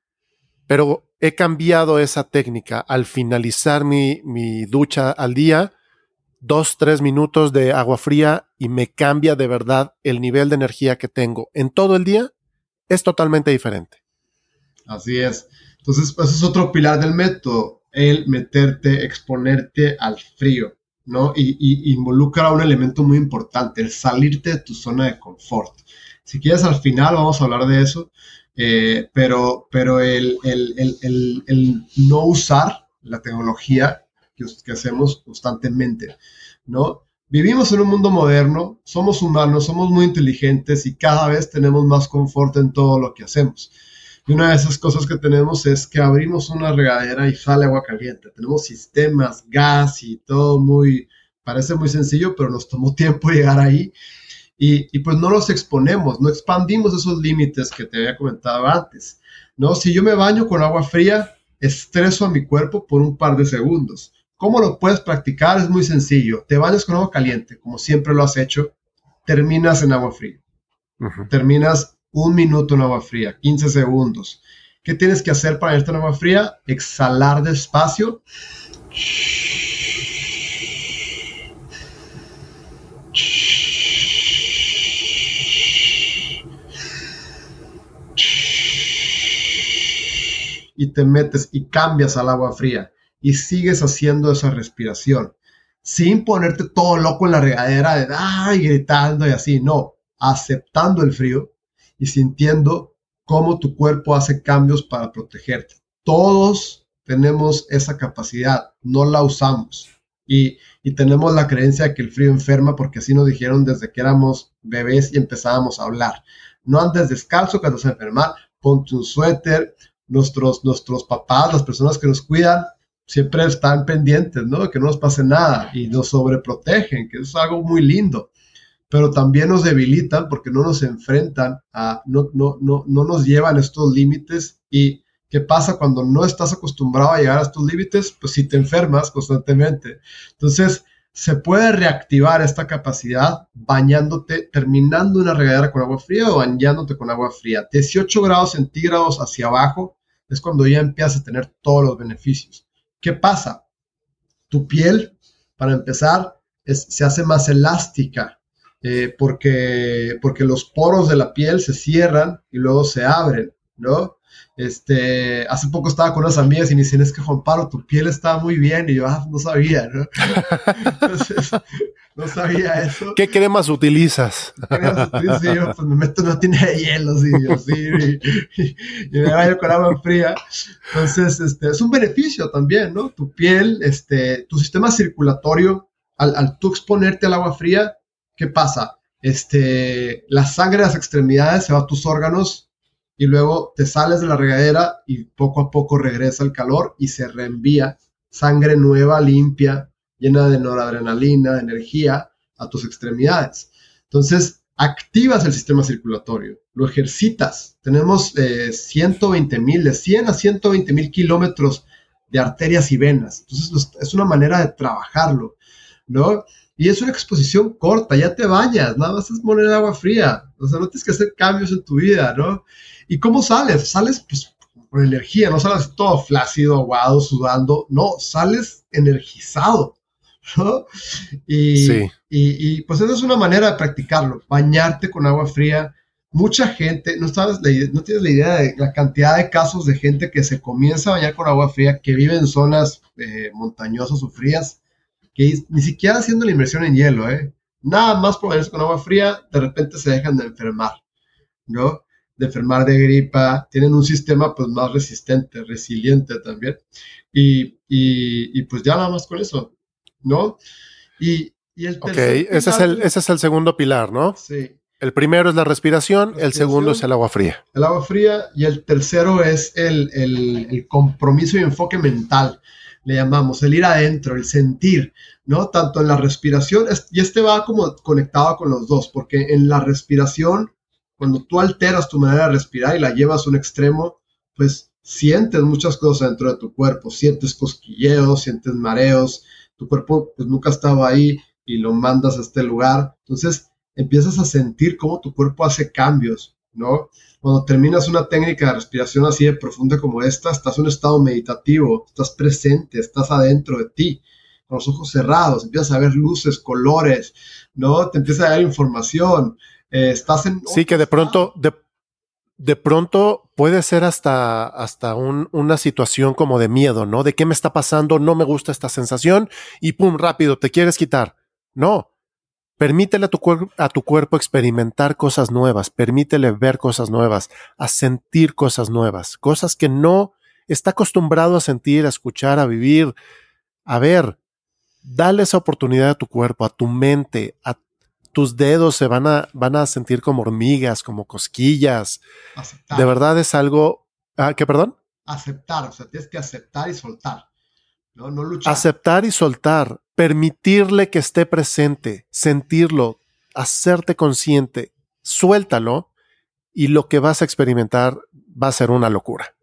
[SPEAKER 1] Pero he cambiado esa técnica al finalizar mi, mi ducha al día, dos, tres minutos de agua fría y me cambia de verdad el nivel de energía que tengo en todo el día, es totalmente diferente.
[SPEAKER 2] Así es. Entonces, pues, ese es otro pilar del método, el meterte, exponerte al frío, ¿no? Y, y involucra un elemento muy importante, el salirte de tu zona de confort. Si quieres, al final vamos a hablar de eso, eh, pero, pero el, el, el, el, el no usar la tecnología que, que hacemos constantemente, ¿no? Vivimos en un mundo moderno, somos humanos, somos muy inteligentes y cada vez tenemos más confort en todo lo que hacemos. Y una de esas cosas que tenemos es que abrimos una regadera y sale agua caliente. Tenemos sistemas, gas y todo muy, parece muy sencillo, pero nos tomó tiempo llegar ahí. Y, y pues no los exponemos, no expandimos esos límites que te había comentado antes, ¿no? Si yo me baño con agua fría, estreso a mi cuerpo por un par de segundos. ¿Cómo lo puedes practicar? Es muy sencillo. Te bañas con agua caliente, como siempre lo has hecho, terminas en agua fría. Uh-huh. Terminas un minuto en agua fría, quince segundos. ¿Qué tienes que hacer para irte en agua fría? Exhalar despacio. Y te metes y cambias al agua fría y sigues haciendo esa respiración sin ponerte todo loco en la regadera de ay, gritando y así, no, aceptando el frío y sintiendo cómo tu cuerpo hace cambios para protegerte. Todos tenemos esa capacidad, no la usamos y, y tenemos la creencia de que el frío enferma porque así nos dijeron desde que éramos bebés y empezábamos a hablar. No andes descalzo que te vas a enfermar, ponte un suéter. Nuestros, nuestros papás, las personas que nos cuidan, siempre están pendientes, ¿no? Que no nos pase nada y nos sobreprotegen, que es algo muy lindo, pero también nos debilitan porque no nos enfrentan, a, no, no, no, no nos llevan a estos límites. ¿Y qué pasa cuando no estás acostumbrado a llegar a estos límites? Pues si te enfermas constantemente. Entonces, se puede reactivar esta capacidad bañándote, terminando una regadera con agua fría o bañándote con agua fría. dieciocho grados centígrados hacia abajo es cuando ya empiezas a tener todos los beneficios. ¿Qué pasa? Tu piel, para empezar, es, se hace más elástica eh, porque, porque los poros de la piel se cierran y luego se abren, ¿no? Este, hace poco estaba con unas amigas y me dicen, es que Juan Pablo, tu piel está muy bien, y yo, ah, no sabía, ¿no? Entonces, no sabía eso.
[SPEAKER 1] ¿Qué cremas utilizas?
[SPEAKER 2] ¿Qué cremas utilizo? Y yo, pues me meto una tina de hielo, y, yo, sí, y, y, y me baño con agua fría. Entonces, este, es un beneficio también, ¿no? Tu piel, este, tu sistema circulatorio, al, al tú exponerte al agua fría, ¿qué pasa? Este, la sangre de las extremidades se va a tus órganos y luego te sales de la regadera y poco a poco regresa el calor y se reenvía sangre nueva, limpia, llena de noradrenalina, de energía a tus extremidades. Entonces, activas el sistema circulatorio, lo ejercitas. Tenemos eh, ciento veinte mil, de cien a ciento veinte mil kilómetros de arterias y venas. Entonces, es una manera de trabajarlo, ¿no? Y es una exposición corta, ya te bañas, nada más es poner agua fría. O sea, no tienes que hacer cambios en tu vida, ¿no? ¿Y cómo sales? Sales, pues, con energía, no sales todo flácido, aguado, sudando, no, sales energizado, ¿no? Y,
[SPEAKER 1] Sí.
[SPEAKER 2] y, y pues esa es una manera de practicarlo, bañarte con agua fría. Mucha gente, no sabes, no tienes la idea de la cantidad de casos de gente que se comienza a bañar con agua fría, que vive en zonas eh, montañosas o frías, que ni siquiera haciendo la inmersión en hielo, ¿eh? Nada más por bañarse con agua fría, de repente se dejan de enfermar, ¿no? De enfermar de gripa, tienen un sistema pues más resistente, resiliente también, y, y, y pues ya nada más con eso, ¿no? Y, y el
[SPEAKER 1] Ok,
[SPEAKER 2] tercer
[SPEAKER 1] ese es,
[SPEAKER 2] pilar,
[SPEAKER 1] el, ese es el segundo pilar, ¿no?
[SPEAKER 2] sí,
[SPEAKER 1] El primero es la respiración,
[SPEAKER 2] respiración,
[SPEAKER 1] el segundo es el agua fría.
[SPEAKER 2] el agua fría, y el tercero es el, el, el compromiso y enfoque mental, le llamamos, el ir adentro, el sentir, ¿no? Tanto en la respiración, y este va como conectado con los dos, porque en la respiración, cuando tú alteras tu manera de respirar y la llevas a un extremo, pues sientes muchas cosas dentro de tu cuerpo, sientes cosquilleos, sientes mareos, tu cuerpo pues nunca estaba ahí y lo mandas a este lugar, entonces empiezas a sentir cómo tu cuerpo hace cambios, ¿no? Cuando terminas una técnica de respiración así de profunda como esta, estás en un estado meditativo, estás presente, estás adentro de ti, con los ojos cerrados, empiezas a ver luces, colores, ¿no? Te empieza a dar información, eh, estás en...
[SPEAKER 1] Sí, que de pronto, de, de pronto puede ser hasta, hasta un, una situación como de miedo, ¿no? ¿De qué me está pasando? No me gusta esta sensación y pum, rápido, te quieres quitar. No. Permítele a tu, cuer- a tu cuerpo experimentar cosas nuevas, permítele ver cosas nuevas, a sentir cosas nuevas, cosas que no está acostumbrado a sentir, a escuchar, a vivir, a ver. Dale esa oportunidad a tu cuerpo, a tu mente, a tus dedos se van a, van a sentir como hormigas, como cosquillas. De
[SPEAKER 2] aceptar,
[SPEAKER 1] verdad es algo... Ah, ¿qué, perdón?
[SPEAKER 2] aceptar, o sea, tienes que aceptar y soltar, ¿no? No luchar.
[SPEAKER 1] Aceptar y soltar, permitirle que esté presente, sentirlo, hacerte consciente, suéltalo y lo que vas a experimentar va a ser una locura.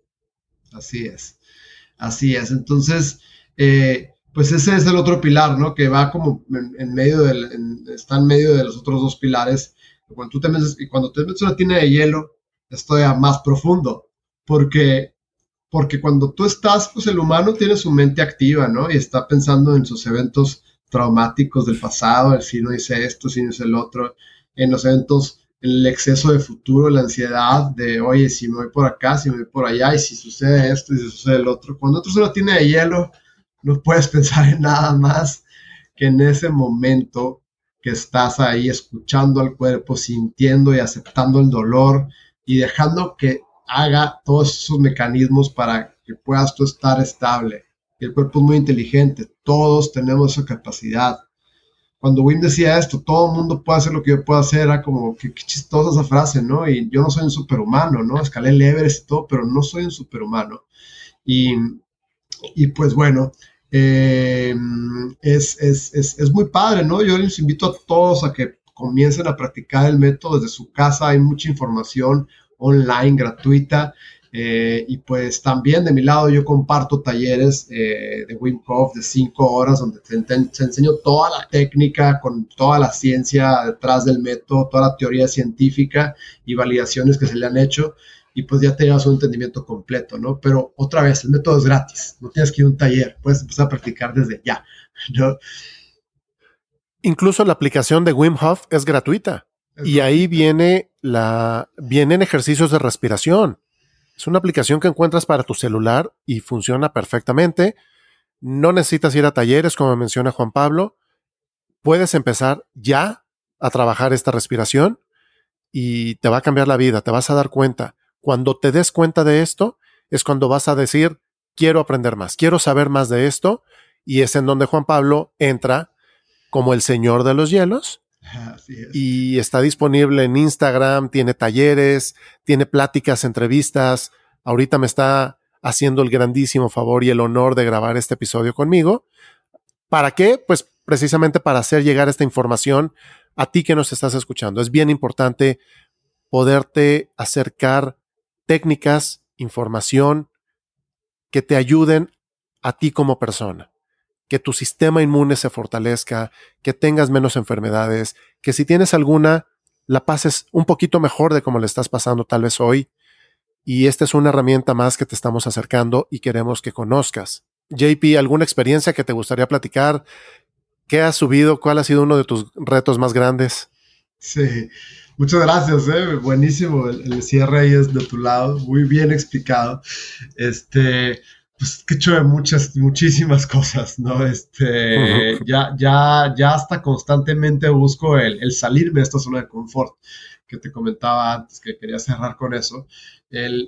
[SPEAKER 2] Así es, así es. Entonces, eh, pues ese es el otro pilar, ¿no? Que va como en, en medio del, en, está en medio de los otros dos pilares. Cuando tú te metes, y cuando te metes una tina de hielo, esto ya más profundo, porque, porque cuando tú estás, pues el humano tiene su mente activa, ¿no? Y está pensando en sus eventos traumáticos del pasado, el si no hice esto, si no hice el otro, en los eventos, el exceso de futuro, la ansiedad de, oye, si me voy por acá, si me voy por allá, y si sucede esto, y si sucede el otro. Cuando tú solo tienes de hielo, no puedes pensar en nada más que en ese momento que estás ahí escuchando al cuerpo, sintiendo y aceptando el dolor y dejando que haga todos esos mecanismos para que puedas tú estar estable. Y el cuerpo es muy inteligente, todos tenemos esa capacidad. Cuando Wim decía esto, todo el mundo puede hacer lo que yo puedo hacer, era como que qué chistosa esa frase, ¿no? Y yo no soy un superhumano, ¿no? Escalé el Everest y todo, pero no soy un superhumano. Y, y pues bueno, eh, es, es, es, es muy padre, ¿no? Yo les invito a todos a que comiencen a practicar el método desde su casa, hay mucha información online gratuita. Eh, y pues también de mi lado yo comparto talleres eh, de Wim Hof de cinco horas donde te, te, te enseño toda la técnica con toda la ciencia detrás del método, toda la teoría científica y validaciones que se le han hecho y pues ya te llevas un entendimiento completo, ¿no? Pero otra vez, el método es gratis, no tienes que ir a un taller, puedes empezar a practicar desde ya, ¿no?
[SPEAKER 1] Incluso la aplicación de Wim Hof es gratuita.
[SPEAKER 2] Es
[SPEAKER 1] Y ahí
[SPEAKER 2] gratuita.
[SPEAKER 1] viene la, vienen ejercicios de respiración. Es una aplicación que encuentras para tu celular y funciona perfectamente. No necesitas ir a talleres, como menciona Juan Pablo. Puedes empezar ya a trabajar esta respiración y te va a cambiar la vida, te vas a dar cuenta. Cuando te des cuenta de esto, es cuando vas a decir, quiero aprender más, quiero saber más de esto, y es en donde Juan Pablo entra como el señor de los hielos.
[SPEAKER 2] Así es.
[SPEAKER 1] Y está disponible en Instagram, tiene talleres, tiene pláticas, entrevistas. Ahorita me está haciendo el grandísimo favor y el honor de grabar este episodio conmigo. ¿Para qué? Pues precisamente para hacer llegar esta información a ti que nos estás escuchando. Es bien importante poderte acercar técnicas, información que te ayuden a ti como persona. Que tu sistema inmune se fortalezca, que tengas menos enfermedades, que si tienes alguna, la pases un poquito mejor de como le estás pasando tal vez hoy. y esta es una herramienta más que te estamos acercando y queremos que conozcas. J P, ¿alguna experiencia que te gustaría platicar? ¿Qué has subido? ¿Cuál ha sido uno de tus retos más grandes?
[SPEAKER 2] Sí, muchas gracias, ¿eh? Buenísimo el, el cierre ahí es de tu lado, muy bien explicado. Este, pues que he hecho de muchas, muchísimas cosas, ¿no? Este, ya, ya, ya hasta constantemente busco el, el salirme de esta zona de confort que te comentaba antes, que quería cerrar con eso. El,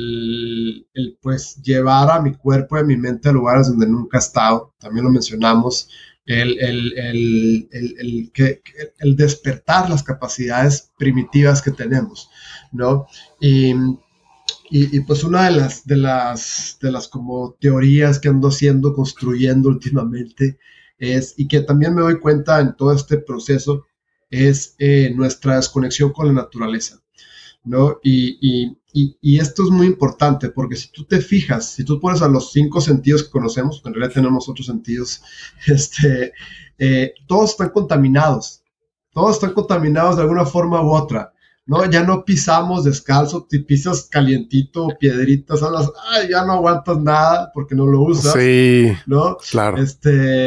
[SPEAKER 2] el, el pues llevar a mi cuerpo y a mi mente a lugares donde nunca he estado, también lo mencionamos. El, el, el, el, el, que, el despertar las capacidades primitivas que tenemos, ¿no? Y, y, y pues una de las, de las, de las como teorías que ando haciendo, construyendo últimamente, es, y que también me doy cuenta en todo este proceso, es eh, nuestra desconexión con la naturaleza, ¿no? Y, y, y, y esto es muy importante porque si tú te fijas, si tú pones a los cinco sentidos que conocemos, en realidad tenemos otros sentidos, este, eh, todos están contaminados, todos están contaminados de alguna forma u otra, ¿no? Ya no pisamos descalzo, te pisas calientito, piedritas, hablas, ay, ya no aguantas nada porque no lo usas,
[SPEAKER 1] sí,
[SPEAKER 2] ¿no?
[SPEAKER 1] Claro.
[SPEAKER 2] Este,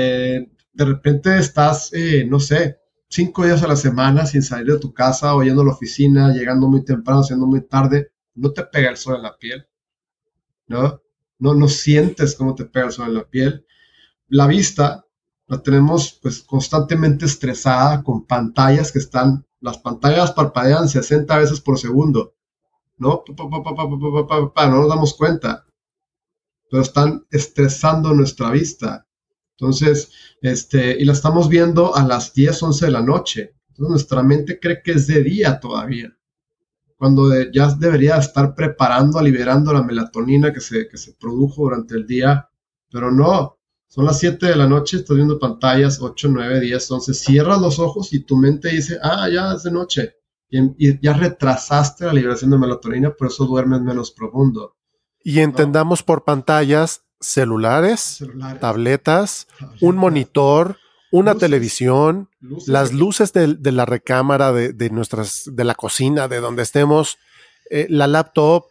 [SPEAKER 2] de repente estás, eh, no sé, cinco días a la semana sin salir de tu casa o yendo a la oficina, llegando muy temprano, siendo muy tarde, no te pega el sol en la piel, ¿no? No, no sientes cómo te pega el sol en la piel. La vista la tenemos pues constantemente estresada con pantallas que están, las pantallas parpadean sesenta veces por segundo, ¿no? Pa, pa, pa, pa, pa, pa, pa, no nos damos cuenta, pero están estresando nuestra vista. Entonces, este, y la estamos viendo a las diez, once de la noche. Entonces, nuestra mente cree que es de día todavía, cuando de, ya debería estar preparando, liberando la melatonina que se, que se produjo durante el día, pero no, son las siete de la noche, estás viendo pantallas, ocho, nueve, diez, once, cierras los ojos y tu mente dice, ah, ya es de noche, y, y ya retrasaste la liberación de melatonina, por eso duermes menos profundo.
[SPEAKER 1] Y entendamos ¿no? por pantallas celulares, celulares tabletas, tabletas, un monitor, una luces, televisión, luces las luces de, de la recámara, de, de, nuestras, de la cocina, de donde estemos, eh, la laptop,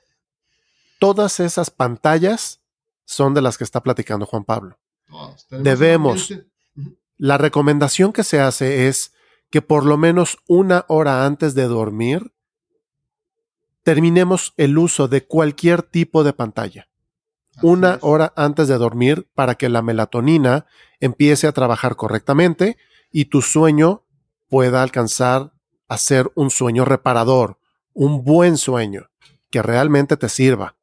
[SPEAKER 1] todas esas pantallas son de las que está platicando Juan Pablo. Oh, Debemos, la recomendación que se hace es que por lo menos una hora antes de dormir terminemos el uso de cualquier tipo de pantalla. Así una es. hora antes de dormir para que la melatonina empiece a trabajar correctamente y tu sueño pueda alcanzar a ser un sueño reparador, un buen sueño que realmente te sirva.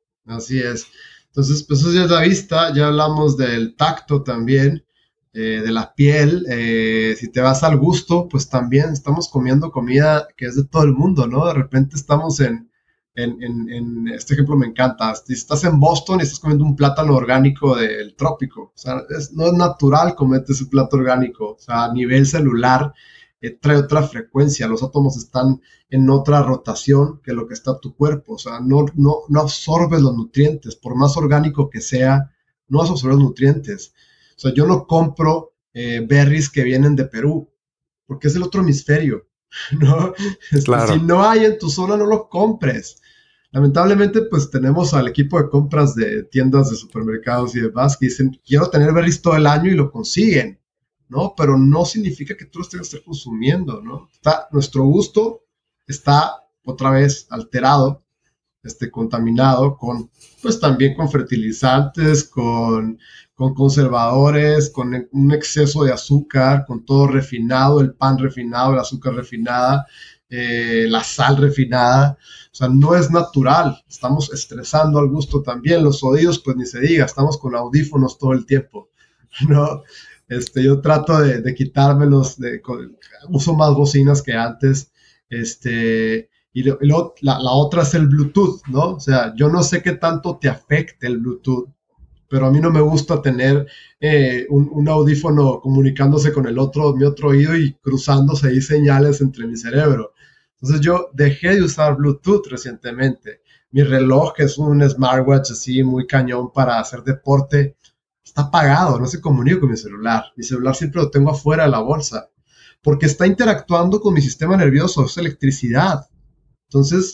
[SPEAKER 2] Así es. Entonces, pues eso ya es la vista, ya hablamos del tacto también, eh, de la piel. Eh, si te vas al gusto, pues también estamos comiendo comida que es de todo el mundo, ¿no? De repente estamos en En, en, en este ejemplo me encanta, si estás en Boston y estás comiendo un plátano orgánico del trópico, o sea, es, no es natural comerte ese plato orgánico, o sea, a nivel celular eh, trae otra frecuencia, los átomos están en otra rotación que lo que está tu cuerpo, o sea, no, no, no absorbes los nutrientes, por más orgánico que sea, no vas a absorber los nutrientes, o sea, yo no compro eh, berries que vienen de Perú, porque es del otro hemisferio, ¿no? Claro. Si no hay en tu zona, no lo compres. Lamentablemente, pues tenemos al equipo de compras de tiendas de supermercados y demás que dicen, quiero tener berries todo el año y lo consiguen, ¿no? Pero no significa que tú los tengas que estar consumiendo, ¿no? Está, nuestro gusto está otra vez alterado, este, contaminado con, pues también con fertilizantes, con, con conservadores, con un exceso de azúcar, con todo refinado, el pan refinado, el azúcar refinada, eh, la sal refinada. O sea, no es natural, estamos estresando al gusto también, los oídos, pues ni se diga, estamos con audífonos todo el tiempo, ¿no? Este, yo trato de, de quitármelos, de, con, uso más bocinas que antes, este, y, lo, y lo, la, la otra es el Bluetooth, ¿no? O sea, yo no sé qué tanto te afecte el Bluetooth, pero a mí no me gusta tener eh, un, un audífono comunicándose con el otro, mi otro oído y cruzándose ahí señales entre mi cerebro. Entonces yo dejé de usar Bluetooth recientemente. Mi reloj, que es un smartwatch así muy cañón para hacer deporte, está apagado, no se comunica con mi celular. Mi celular siempre lo tengo afuera de la bolsa, porque está interactuando con mi sistema nervioso, es electricidad. Entonces,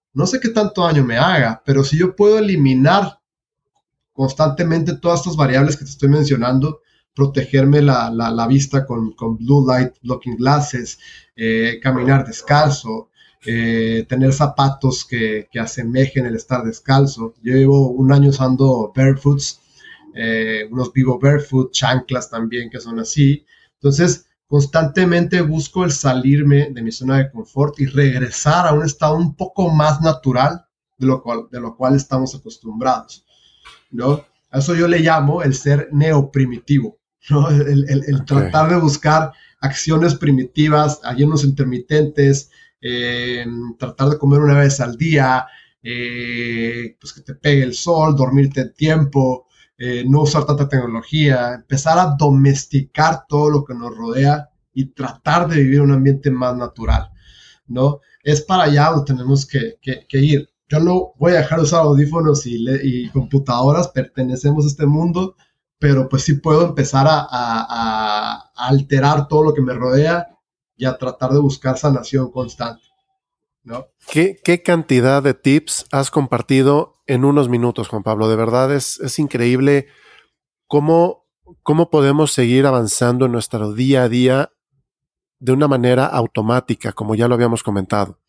[SPEAKER 2] no sé qué tanto daño me haga, pero si yo puedo eliminar constantemente todas estas variables que te estoy mencionando, protegerme la, la, la vista con, con blue light blocking glasses, eh, caminar descalzo, eh, tener zapatos que, que asemejen el estar descalzo. Yo llevo un año usando barefoots, eh, unos Vivo Barefoot, chanclas también que son así. Entonces, constantemente busco el salirme de mi zona de confort y regresar a un estado un poco más natural de lo cual, de lo cual estamos acostumbrados, ¿no? A eso yo le llamo el ser neoprimitivo, ¿no? El, el, el okay. tratar de buscar acciones primitivas, ayunos intermitentes, eh, tratar de comer una vez al día, eh, pues que te pegue el sol, dormirte en tiempo, eh, no usar tanta tecnología, empezar a domesticar todo lo que nos rodea y tratar de vivir un ambiente más natural, ¿no? Es para allá donde tenemos que, que, que ir. Yo no voy a dejar de usar audífonos y, le, y computadoras, pertenecemos a este mundo, pero pues sí puedo empezar a, a, a alterar todo lo que me rodea y a tratar de buscar sanación constante, ¿no?
[SPEAKER 1] ¿Qué, qué cantidad de tips has compartido en unos minutos, Juan Pablo? De verdad es, es increíble cómo, cómo podemos seguir avanzando en nuestro día a día de una manera automática, como ya lo habíamos comentado.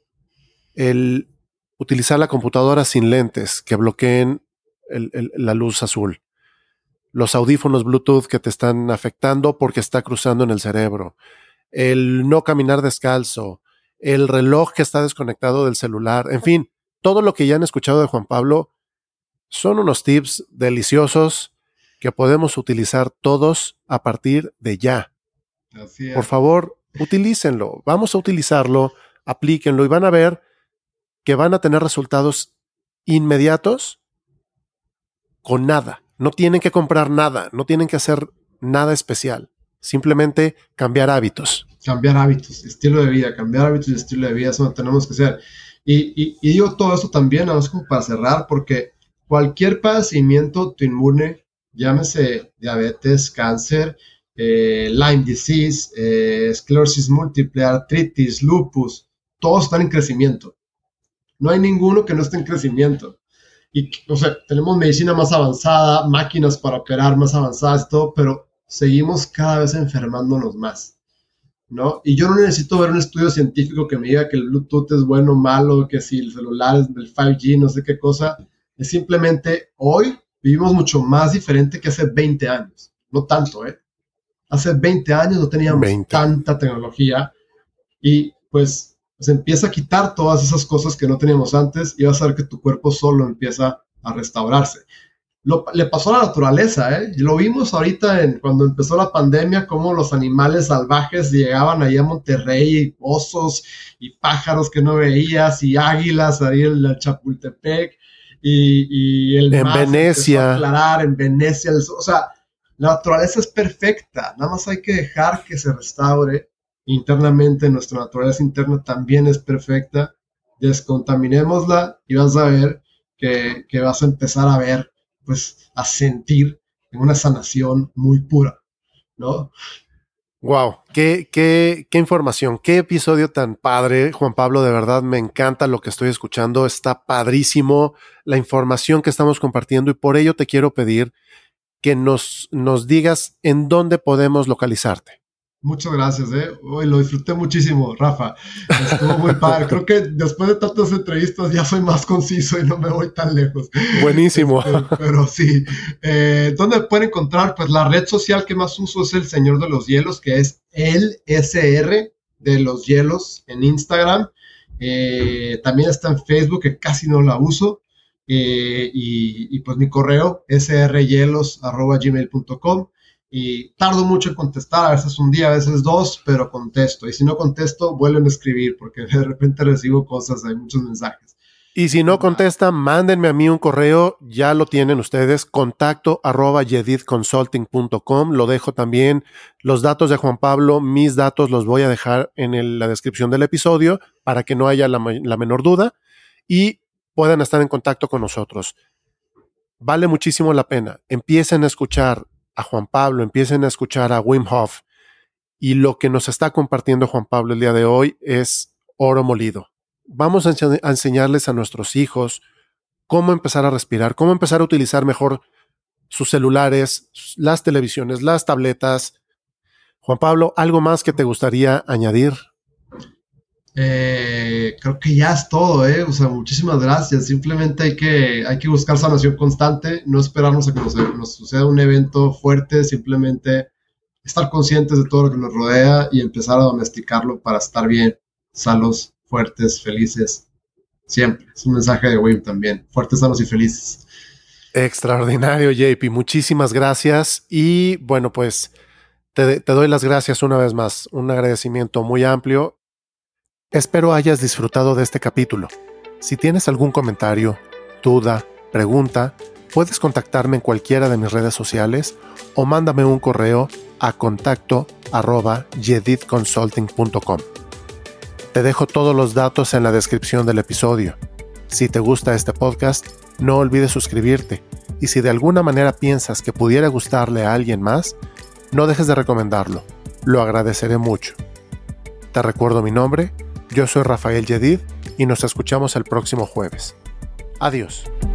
[SPEAKER 1] El utilizar la computadora sin lentes que bloqueen el, el, la luz azul. Los audífonos Bluetooth que te están afectando porque está cruzando en el cerebro. El no caminar descalzo. El reloj que está desconectado del celular. En fin, todo lo que ya han escuchado de Juan Pablo son unos tips deliciosos que podemos utilizar todos a partir de ya.
[SPEAKER 2] Así es.
[SPEAKER 1] Por favor, utilícenlo. Vamos a utilizarlo, aplíquenlo y van a ver que van a tener resultados inmediatos con nada. No tienen que comprar nada, no tienen que hacer nada especial. Simplemente cambiar hábitos.
[SPEAKER 2] Cambiar hábitos, estilo de vida, cambiar hábitos y estilo de vida, eso lo tenemos que hacer. Y, y, y digo todo esto también, nada más como para cerrar, porque cualquier padecimiento autoinmune, llámese diabetes, cáncer, eh, Lyme disease, eh, esclerosis múltiple, artritis, lupus, todos están en crecimiento. No hay ninguno que no esté en crecimiento. Y, o sea, tenemos medicina más avanzada, máquinas para operar más avanzadas, todo, pero seguimos cada vez enfermándonos más, ¿no? Y yo no necesito ver un estudio científico que me diga que el Bluetooth es bueno o malo, que si el celular es el cinco G, no sé qué cosa. Es simplemente, hoy vivimos mucho más diferente que hace veinte años. No tanto, ¿eh? Hace veinte años no teníamos veinte. Tanta tecnología y, pues, se empieza a quitar todas esas cosas que no teníamos antes y vas a ver que tu cuerpo solo empieza a restaurarse. Lo, le pasó a la naturaleza, ¿eh? Lo vimos ahorita en, cuando empezó la pandemia, cómo los animales salvajes llegaban ahí a Monterrey, y osos y pájaros que no veías, y águilas ahí en el Chapultepec, y, y el
[SPEAKER 1] en
[SPEAKER 2] mar
[SPEAKER 1] Venecia.
[SPEAKER 2] Se empezó a aclarar, en Venecia. El, o sea, la naturaleza es perfecta, nada más hay que dejar que se restaure. Internamente, nuestra naturaleza interna también es perfecta. Descontaminémosla y vas a ver que, que vas a empezar a ver, pues, a sentir una sanación muy pura, ¿no?
[SPEAKER 1] Wow, qué, qué, qué información, qué episodio tan padre, Juan Pablo, de verdad me encanta lo que estoy escuchando, está padrísimo la información que estamos compartiendo y por ello te quiero pedir que nos, nos digas en dónde podemos localizarte.
[SPEAKER 2] Muchas gracias, ¿eh? Hoy lo disfruté muchísimo, Rafa. Estuvo muy padre. Creo que después de tantas entrevistas ya soy más conciso y no me voy tan lejos.
[SPEAKER 1] Buenísimo.
[SPEAKER 2] Este, pero sí. Eh, ¿Dónde pueden encontrar? Pues la red social que más uso es el Señor de los Hielos, que es el S R de los Hielos en Instagram. Eh, también está en Facebook, que casi no la uso. Eh, y, y pues mi correo, s r hielos arroba gmail punto com. Y tardo mucho en contestar, a veces un día, a veces dos, pero contesto. Y si no contesto, vuelven a escribir, porque de repente recibo cosas, hay muchos mensajes.
[SPEAKER 1] Y si no contestan, mándenme a mí un correo, ya lo tienen ustedes, contacto arroba yedid consulting punto com. Lo dejo también, los datos de Juan Pablo, mis datos los voy a dejar en el, la descripción del episodio para que no haya la, la menor duda y puedan estar en contacto con nosotros. Vale muchísimo la pena. Empiecen a escuchar a Juan Pablo, empiecen a escuchar a Wim Hof y lo que nos está compartiendo Juan Pablo el día de hoy es oro molido. vamos a, ense- a enseñarles a nuestros hijos cómo empezar a respirar, cómo empezar a utilizar mejor sus celulares, las televisiones, las tabletas. Juan Pablo, ¿algo más que te gustaría añadir?
[SPEAKER 2] Eh, creo que ya es todo, ¿eh? O sea, muchísimas gracias. Simplemente hay que, hay que buscar sanación constante, no esperarnos a que nos, nos suceda un evento fuerte, simplemente estar conscientes de todo lo que nos rodea y empezar a domesticarlo para estar bien, sanos, fuertes, felices, siempre. Es un mensaje de Wim también, fuertes, sanos y felices.
[SPEAKER 1] Extraordinario, J P. Muchísimas gracias. Y bueno, pues te, te doy las gracias una vez más. Un agradecimiento muy amplio. Espero hayas disfrutado de este capítulo. Si tienes algún comentario, duda, pregunta, puedes contactarme en cualquiera de mis redes sociales o mándame un correo a contacto arroba yedidconsulting punto com. Te dejo todos los datos en la descripción del episodio. Si te gusta este podcast, no olvides suscribirte, y si de alguna manera piensas que pudiera gustarle a alguien más, no dejes de recomendarlo. Lo agradeceré mucho. Te recuerdo mi nombre. Yo soy Rafael Yedid y nos escuchamos el próximo jueves. Adiós.